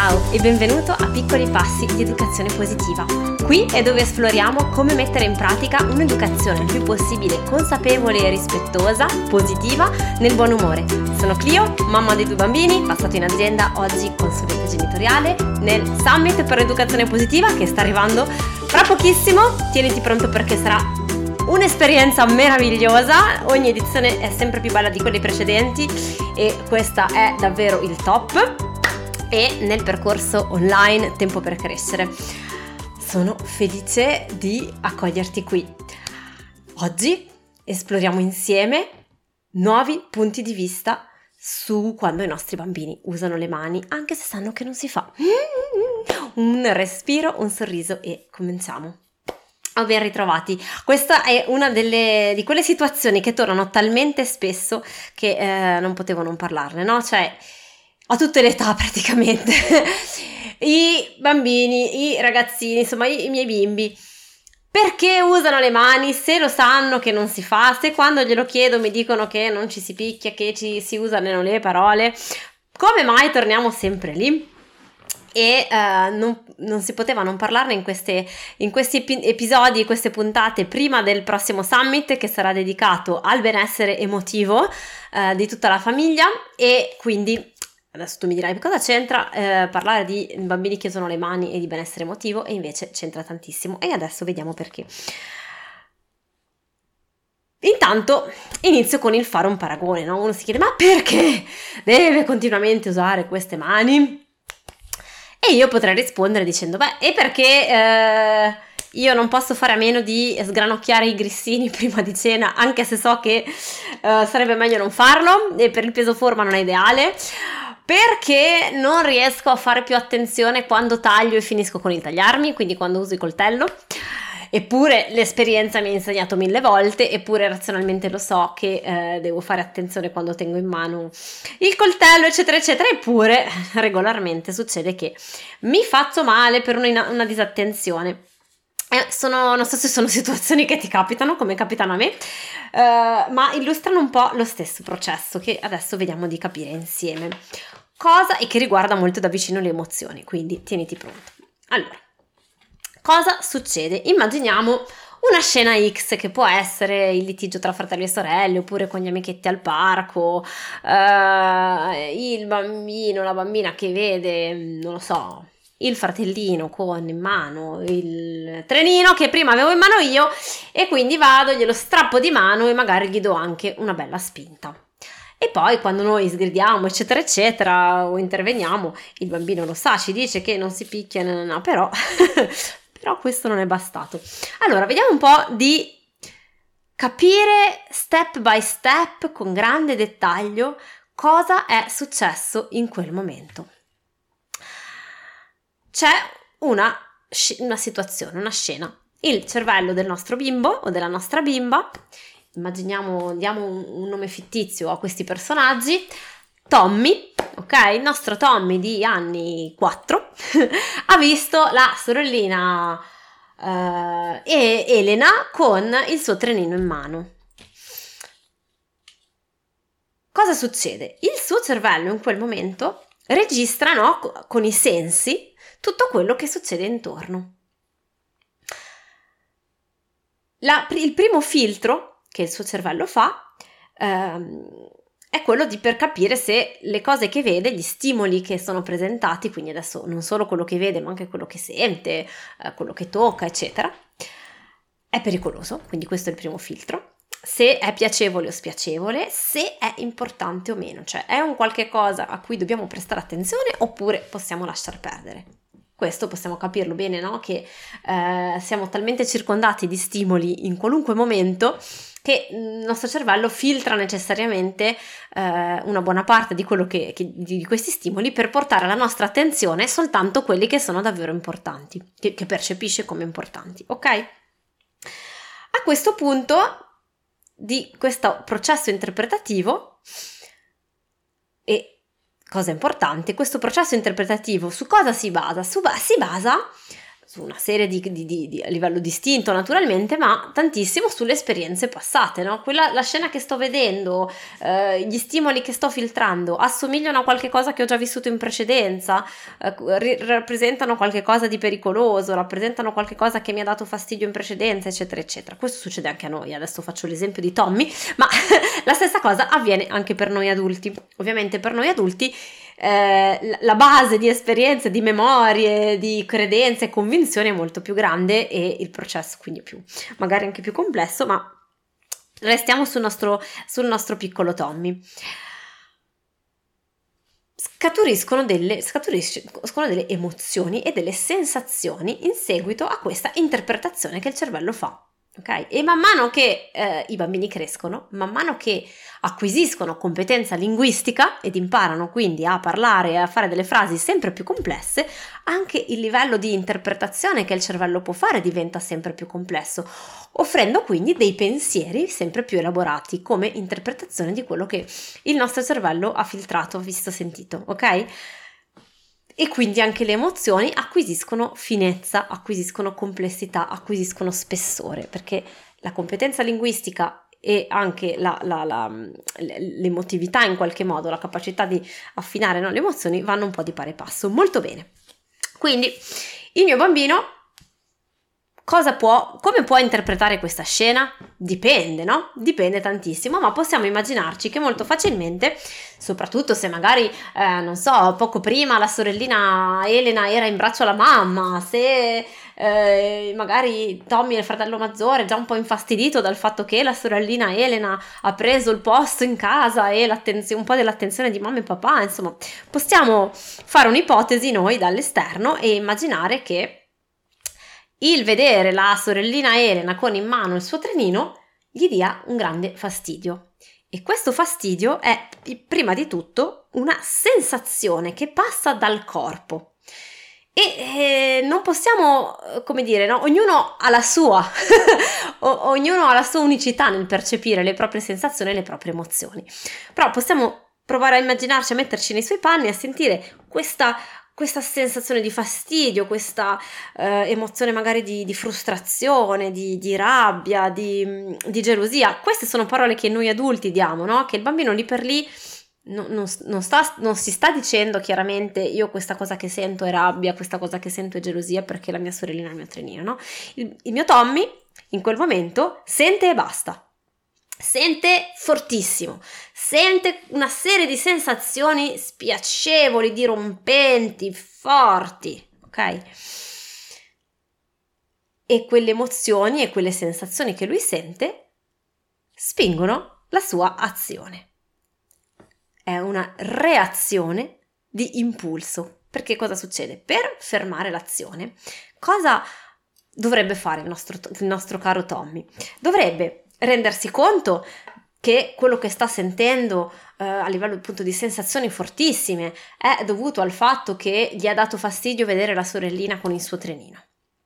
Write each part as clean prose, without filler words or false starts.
Ciao e benvenuto a Piccoli Passi di Educazione Positiva. Qui è dove esploriamo come mettere in pratica un'educazione il più possibile consapevole e rispettosa, positiva, nel buon umore. Sono Clio, mamma dei 2 bambini, passato in azienda, oggi consulente genitoriale nel Summit per l'Educazione Positiva che sta arrivando fra pochissimo. Tieniti pronto perché sarà un'esperienza meravigliosa, ogni edizione è sempre più bella di quelle precedenti e questa è davvero il top. E nel percorso online Tempo per Crescere sono felice di accoglierti qui. Oggi esploriamo insieme nuovi punti di vista su quando i nostri bambini usano le mani, anche se sanno che non si fa. Un respiro, un sorriso e cominciamo. Ben ritrovati. Questa è una di quelle situazioni che tornano talmente spesso che non potevo non parlarne, no? Cioè, a tutte le età praticamente, i bambini, i ragazzini, insomma i miei bimbi, perché usano le mani se lo sanno che non si fa, se quando glielo chiedo mi dicono che non ci si picchia, che ci si usano le parole, come mai torniamo sempre lì? E non si poteva non parlarne in questi episodi, queste puntate prima del prossimo summit che sarà dedicato al benessere emotivo di tutta la famiglia. E quindi adesso tu mi dirai cosa c'entra parlare di bambini che usano le mani e di benessere emotivo, e invece c'entra tantissimo e adesso vediamo perché. Intanto inizio con il fare un paragone, no? Uno si chiede: ma perché deve continuamente usare queste mani? E io potrei rispondere dicendo: beh, e perché io non posso fare a meno di sgranocchiare i grissini prima di cena, anche se so che sarebbe meglio non farlo e per il peso forma non è ideale. Perché non riesco a fare più attenzione quando taglio e finisco con il tagliarmi, quindi quando uso il coltello. Eppure l'esperienza mi ha insegnato 1000 volte, eppure razionalmente lo so che devo fare attenzione quando tengo in mano il coltello, eccetera, eccetera. Eppure regolarmente succede che mi faccio male per una disattenzione. Non so se sono situazioni che ti capitano, come capitano a me, ma illustrano un po' lo stesso processo che adesso vediamo di capire insieme. Cosa e che riguarda molto da vicino le emozioni, quindi tieniti pronto. Allora, cosa succede? Immaginiamo una scena X che può essere il litigio tra fratelli e sorelle, oppure con gli amichetti al parco, il bambino, la bambina che vede, non lo so, il fratellino con in mano il trenino che prima avevo in mano io e quindi vado, glielo strappo di mano e magari gli do anche una bella spinta. E poi quando noi sgridiamo eccetera eccetera o interveniamo, il bambino lo sa, ci dice che non si picchia, no, però questo non è bastato. Allora vediamo un po' di capire step by step con grande dettaglio cosa è successo in quel momento. C'è una situazione, una scena. Il cervello del nostro bimbo o della nostra bimba, immaginiamo, diamo un nome fittizio a questi personaggi, Tommy, ok? Il nostro Tommy di anni 4 ha visto la sorellina Elena con il suo trenino in mano. Cosa succede? Il suo cervello in quel momento registra, no, con i sensi tutto quello che succede intorno. Il primo filtro che il suo cervello fa è quello per capire se le cose che vede, gli stimoli che sono presentati, quindi adesso non solo quello che vede ma anche quello che sente, quello che tocca eccetera, è pericoloso, quindi questo è il primo filtro. Se è piacevole o spiacevole, se è importante o meno, cioè è un qualche cosa a cui dobbiamo prestare attenzione oppure possiamo lasciar perdere. Questo possiamo capirlo bene, no? Che siamo talmente circondati di stimoli in qualunque momento che il nostro cervello filtra necessariamente una buona parte di quello di questi stimoli per portare alla nostra attenzione soltanto quelli che sono davvero importanti, che percepisce come importanti, ok? A questo punto di questo processo interpretativo, e cosa importante, questo processo interpretativo su cosa si basa? Si basa su una serie a livello distinto naturalmente, ma tantissimo sulle esperienze passate, no? La scena che sto vedendo, gli stimoli che sto filtrando assomigliano a qualche cosa che ho già vissuto in precedenza, rappresentano qualche cosa di pericoloso, rappresentano qualche cosa che mi ha dato fastidio in precedenza, eccetera eccetera. Questo succede anche a noi, adesso faccio l'esempio di Tommy, ma la stessa cosa avviene anche per noi adulti. Ovviamente per noi adulti la base di esperienze, di memorie, di credenze e convinzioni è molto più grande e il processo quindi magari anche più complesso, ma restiamo sul nostro piccolo Tommy. Scaturiscono delle emozioni e delle sensazioni in seguito a questa interpretazione che il cervello fa. Okay? E man mano che i bambini crescono, man mano che acquisiscono competenza linguistica ed imparano quindi a parlare e a fare delle frasi sempre più complesse, anche il livello di interpretazione che il cervello può fare diventa sempre più complesso, offrendo quindi dei pensieri sempre più elaborati come interpretazione di quello che il nostro cervello ha filtrato, visto, sentito, ok? E quindi anche le emozioni acquisiscono finezza, acquisiscono complessità, acquisiscono spessore, perché la competenza linguistica e anche l'emotività in qualche modo, la capacità di affinare, no, le emozioni vanno un po' di pari passo. Molto bene. Quindi il mio bambino come può interpretare questa scena? Dipende, no? Dipende tantissimo, ma possiamo immaginarci che molto facilmente, soprattutto se magari, non so, poco prima la sorellina Elena era in braccio alla mamma, se magari Tommy, il fratello maggiore, è già un po' infastidito dal fatto che la sorellina Elena ha preso il posto in casa e un po' dell'attenzione di mamma e papà, insomma, possiamo fare un'ipotesi noi dall'esterno e immaginare che il vedere la sorellina Elena con in mano il suo trenino gli dia un grande fastidio. E questo fastidio è prima di tutto una sensazione che passa dal corpo. E non possiamo, come dire, no? Ognuno ha la sua, ognuno ha la sua unicità nel percepire le proprie sensazioni e le proprie emozioni. Però possiamo provare a immaginarci, a metterci nei suoi panni, a sentire questa sensazione di fastidio, questa emozione magari di frustrazione, di rabbia, di gelosia. Queste sono parole che noi adulti diamo, no? Che il bambino lì per lì non si sta dicendo chiaramente io questa cosa che sento è rabbia, questa cosa che sento è gelosia perché la mia sorellina è il mio trenino, no? Il mio Tommy in quel momento sente e basta. Sente fortissimo, sente una serie di sensazioni spiacevoli, dirompenti, forti, ok? E quelle emozioni e quelle sensazioni che lui sente spingono la sua azione. È una reazione di impulso. Perché cosa succede? Per fermare l'azione, cosa dovrebbe fare il nostro caro Tommy? Dovrebbe rendersi conto che quello che sta sentendo a livello appunto di sensazioni fortissime è dovuto al fatto che gli ha dato fastidio vedere la sorellina con il suo trenino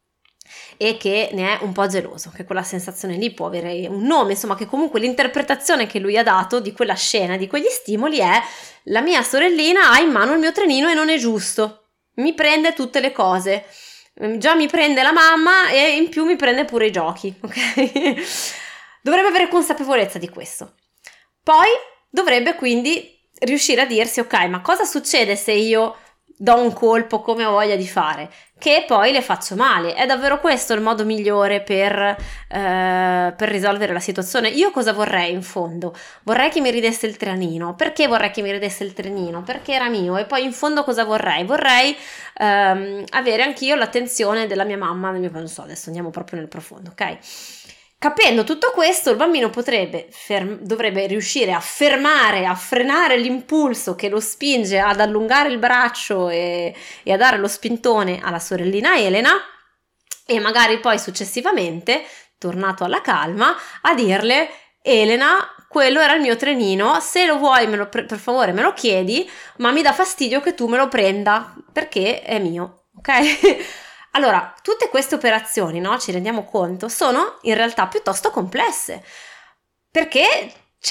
e che ne è un po' geloso, che quella sensazione lì può avere un nome, insomma, che comunque l'interpretazione che lui ha dato di quella scena, di quegli stimoli è: la mia sorellina ha in mano il mio trenino e non è giusto, mi prende tutte le cose, già mi prende la mamma e in più mi prende pure i giochi, ok? Dovrebbe avere consapevolezza di questo. Poi dovrebbe quindi riuscire a dirsi: ok, ma cosa succede se io do un colpo come ho voglia di fare, che poi le faccio male? È davvero questo il modo migliore per risolvere la situazione? Io cosa vorrei in fondo? Vorrei che mi ridesse il trenino. Perché vorrei che mi ridesse il trenino? Perché era mio. E poi in fondo cosa vorrei? Vorrei avere anch'io l'attenzione della mia mamma, non so, adesso andiamo proprio nel profondo, ok? Capendo tutto questo, il bambino dovrebbe riuscire a frenare l'impulso che lo spinge ad allungare il braccio e a dare lo spintone alla sorellina Elena, e magari poi successivamente, tornato alla calma, a dirle: Elena, quello era il mio trenino, se lo vuoi per favore me lo chiedi, ma mi dà fastidio che tu me lo prenda perché è mio, ok? Allora, tutte queste operazioni, no, ci rendiamo conto, sono in realtà piuttosto complesse, perché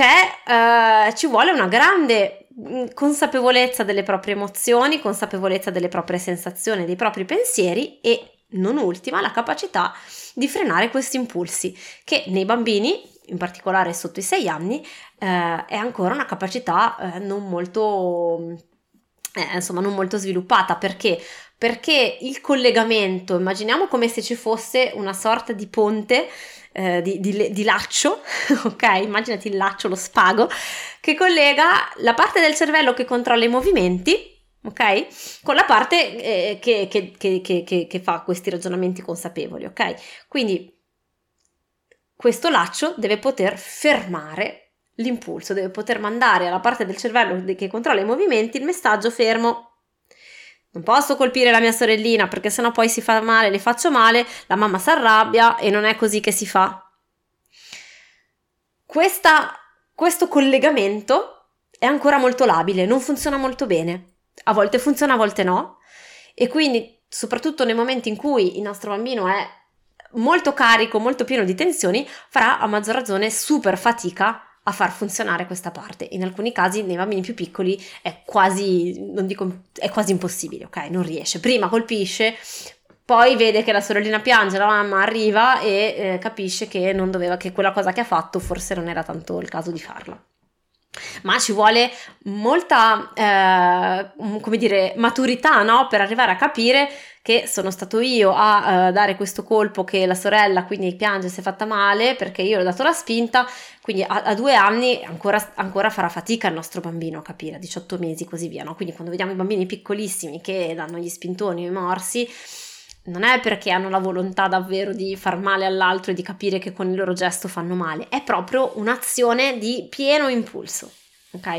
ci vuole una grande consapevolezza delle proprie emozioni, consapevolezza delle proprie sensazioni, dei propri pensieri, e non ultima, la capacità di frenare questi impulsi, che nei bambini, in particolare sotto i 6 anni, è ancora una capacità non molto sviluppata. Perché il collegamento, immaginiamo come se ci fosse una sorta di ponte, di laccio, ok? Immaginati il laccio, lo spago, che collega la parte del cervello che controlla i movimenti, ok? Con la parte che fa questi ragionamenti consapevoli, ok? Quindi questo laccio deve poter fermare l'impulso, deve poter mandare alla parte del cervello che controlla i movimenti il messaggio: fermo. Non posso colpire la mia sorellina perché sennò poi si fa male, le faccio male, la mamma si arrabbia e non è così che si fa. Questo collegamento è ancora molto labile, non funziona molto bene. A volte funziona, a volte no. E quindi, soprattutto nei momenti in cui il nostro bambino è molto carico, molto pieno di tensioni, farà a maggior ragione super fatica a far funzionare questa parte. In alcuni casi, nei bambini più piccoli, è quasi impossibile, ok? Non riesce. Prima colpisce, poi vede che la sorellina piange, la mamma arriva e capisce che non doveva, che quella cosa che ha fatto forse non era tanto il caso di farla. Ma ci vuole molta, maturità, no? Per arrivare a capire che sono stato io a dare questo colpo, che la sorella quindi piange, si è fatta male perché io le ho dato la spinta. Quindi a 2 anni ancora farà fatica il nostro bambino a capire, a 18 mesi così via, no? Quindi quando vediamo i bambini piccolissimi che danno gli spintoni o i morsi, non è perché hanno la volontà davvero di far male all'altro e di capire che con il loro gesto fanno male, è proprio un'azione di pieno impulso, ok?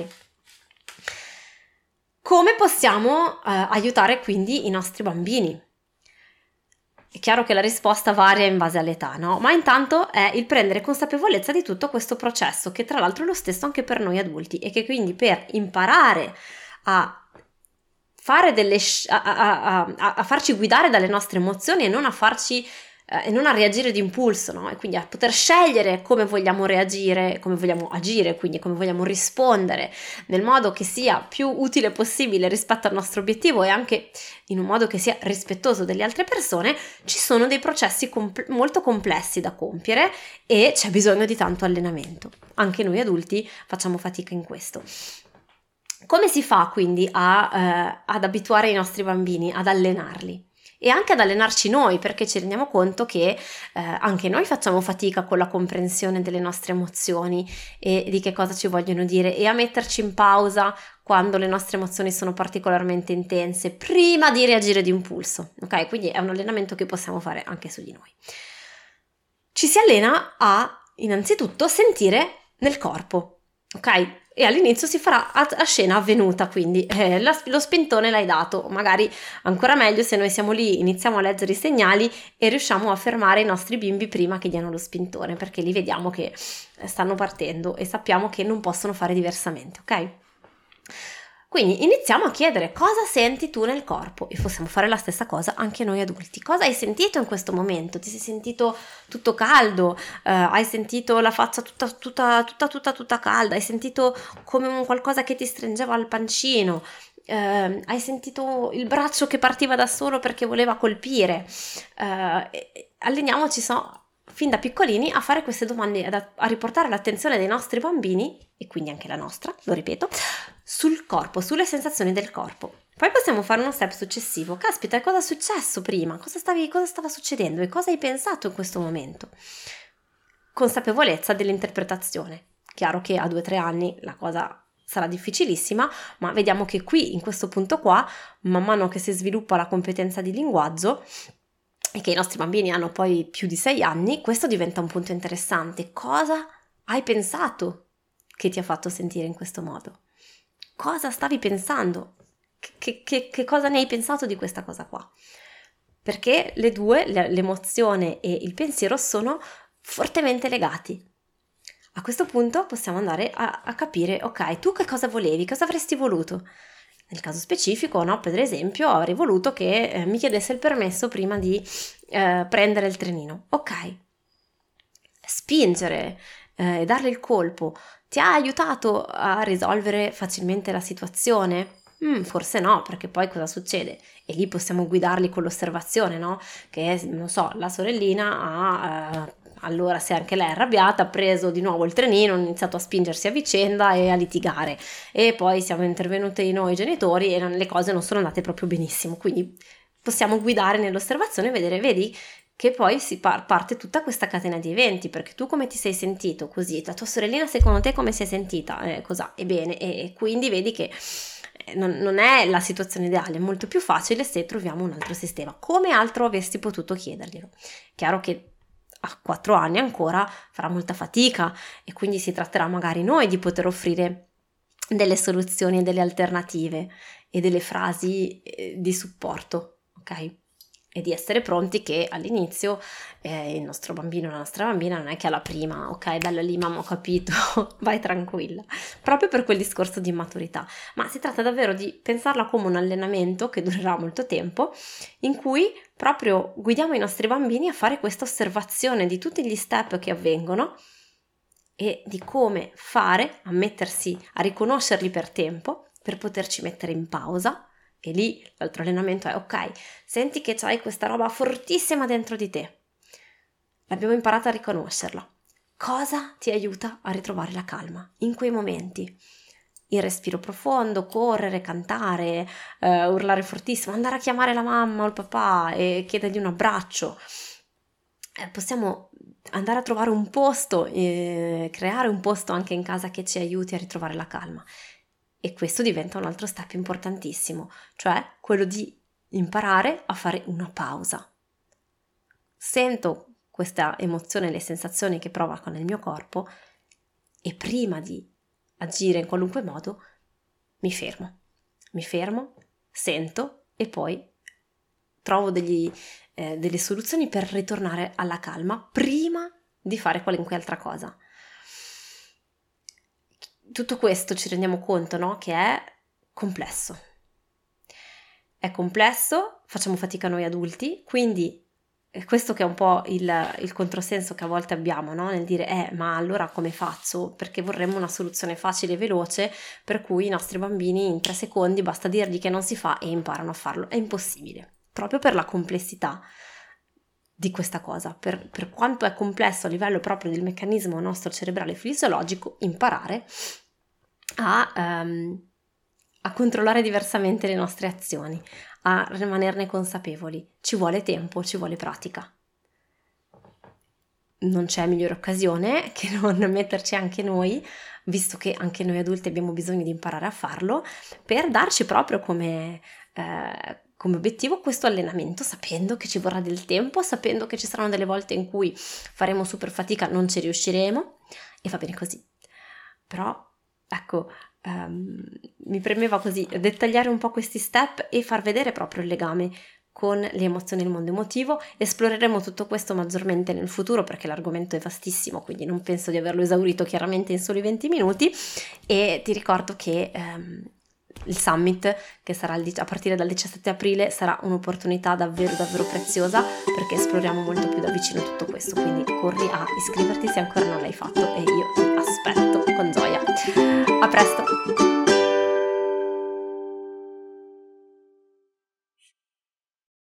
Come possiamo aiutare quindi i nostri bambini? È chiaro che la risposta varia in base all'età, no? Ma intanto è il prendere consapevolezza di tutto questo processo, che tra l'altro è lo stesso anche per noi adulti, e che quindi per imparare a fare a farci guidare dalle nostre emozioni e non a farci e non a reagire d'impulso, no? E quindi a poter scegliere come vogliamo reagire, come vogliamo agire, quindi come vogliamo rispondere nel modo che sia più utile possibile rispetto al nostro obiettivo e anche in un modo che sia rispettoso delle altre persone. Ci sono dei processi molto complessi da compiere e c'è bisogno di tanto allenamento. Anche noi adulti facciamo fatica in questo. Come si fa quindi ad abituare i nostri bambini, ad allenarli? E anche ad allenarci noi, perché ci rendiamo conto che anche noi facciamo fatica con la comprensione delle nostre emozioni e di che cosa ci vogliono dire, e a metterci in pausa quando le nostre emozioni sono particolarmente intense, prima di reagire d'impulso, ok? Quindi è un allenamento che possiamo fare anche su di noi. Ci si allena a, innanzitutto, sentire nel corpo, ok? E all'inizio si farà a scena avvenuta, quindi lo spintone l'hai dato, magari ancora meglio se noi siamo lì, iniziamo a leggere i segnali e riusciamo a fermare i nostri bimbi prima che diano lo spintone, perché li vediamo che stanno partendo e sappiamo che non possono fare diversamente, ok? Quindi iniziamo a chiedere: cosa senti tu nel corpo? E possiamo fare la stessa cosa anche noi adulti. Cosa hai sentito in questo momento? Ti sei sentito tutto caldo? Hai sentito la faccia tutta calda? Hai sentito come un qualcosa che ti stringeva al pancino? Hai sentito il braccio che partiva da solo perché voleva colpire? Alleniamoci fin da piccolini a fare queste domande, a riportare l'attenzione dei nostri bambini, e quindi anche la nostra, lo ripeto, sul corpo, sulle sensazioni del corpo. Poi possiamo fare uno step successivo. Caspita, cosa è successo prima? Cosa stava succedendo? E cosa hai pensato in questo momento? Consapevolezza dell'interpretazione. Chiaro che a 2-3 anni la cosa sarà difficilissima, ma vediamo che qui, in questo punto qua, man mano che si sviluppa la competenza di linguaggio e che i nostri bambini hanno poi più di 6 anni, questo diventa un punto interessante. Cosa hai pensato che ti ha fatto sentire in questo modo? Cosa stavi pensando? Che cosa ne hai pensato di questa cosa qua? Perché le due, l'emozione e il pensiero, sono fortemente legati. A questo punto possiamo andare a capire: ok, tu che cosa volevi? Cosa avresti voluto? Nel caso specifico, no? Per esempio, avrei voluto che mi chiedesse il permesso prima di prendere il trenino. Ok, spingere, darle il colpo ti ha aiutato a risolvere facilmente la situazione? Forse no, perché poi cosa succede? E lì possiamo guidarli con l'osservazione, no? Che, non so, la sorellina ha... allora, se anche lei è arrabbiata, ha preso di nuovo il trenino, ha iniziato a spingersi a vicenda e a litigare, e poi siamo intervenuti noi genitori e le cose non sono andate proprio benissimo, quindi possiamo guidare nell'osservazione e vedere, vedi, che poi si parte tutta questa catena di eventi, perché tu come ti sei sentito così, la tua sorellina secondo te come si è sentita, cosa? Ebbene, e quindi vedi che non è la situazione ideale, è molto più facile se troviamo un altro sistema. Come altro avresti potuto chiederglielo? Chiaro che a 4 anni ancora farà molta fatica e quindi si tratterà magari noi di poter offrire delle soluzioni e delle alternative e delle frasi di supporto, ok? E di essere pronti che all'inizio il nostro bambino o la nostra bambina non è che alla prima, ok, bella lì mamma ho capito, vai tranquilla, proprio per quel discorso di immaturità, ma si tratta davvero di pensarla come un allenamento che durerà molto tempo, in cui proprio guidiamo i nostri bambini a fare questa osservazione di tutti gli step che avvengono e di come fare a mettersi, a riconoscerli per tempo, per poterci mettere in pausa. E lì l'altro allenamento è, ok, senti che c'hai questa roba fortissima dentro di te. L'abbiamo imparata a riconoscerla. Cosa ti aiuta a ritrovare la calma in quei momenti? Il respiro profondo, correre, cantare, urlare fortissimo, andare a chiamare la mamma o il papà e chiedergli un abbraccio. Possiamo andare a trovare un posto, creare un posto anche in casa che ci aiuti a ritrovare la calma. E questo diventa un altro step importantissimo, cioè quello di imparare a fare una pausa. Sento questa emozione, le sensazioni che provoca nel mio corpo e prima di agire in qualunque modo mi fermo, sento e poi trovo delle soluzioni per ritornare alla calma prima di fare qualunque altra cosa. Tutto questo ci rendiamo conto, no? Che è complesso. È complesso, facciamo fatica noi adulti, quindi questo che è un po' il controsenso che a volte abbiamo, no? Nel dire, ma allora come faccio? Perché vorremmo una soluzione facile e veloce, per cui i nostri bambini in 3 secondi basta dirgli che non si fa e imparano a farlo. È impossibile, proprio per la complessità di questa cosa, per quanto è complesso a livello proprio del meccanismo nostro cerebrale fisiologico, imparare a controllare diversamente le nostre azioni, a rimanerne consapevoli. Ci vuole tempo, ci vuole pratica. Non c'è migliore occasione che non metterci anche noi, visto che anche noi adulti abbiamo bisogno di imparare a farlo, per darci proprio come obiettivo questo allenamento, sapendo che ci vorrà del tempo, sapendo che ci saranno delle volte in cui faremo super fatica, non ci riusciremo e va bene così. Però ecco, mi premeva così dettagliare un po' questi step e far vedere proprio il legame con le emozioni e il mondo emotivo. Esploreremo tutto questo maggiormente nel futuro perché l'argomento è vastissimo, quindi non penso di averlo esaurito chiaramente in soli 20 minuti e ti ricordo che il summit che sarà a partire dal 17 aprile sarà un'opportunità davvero davvero preziosa perché esploriamo molto più da vicino tutto questo, quindi corri a iscriverti se ancora non l'hai fatto e io ti aspetto con gioia. A presto!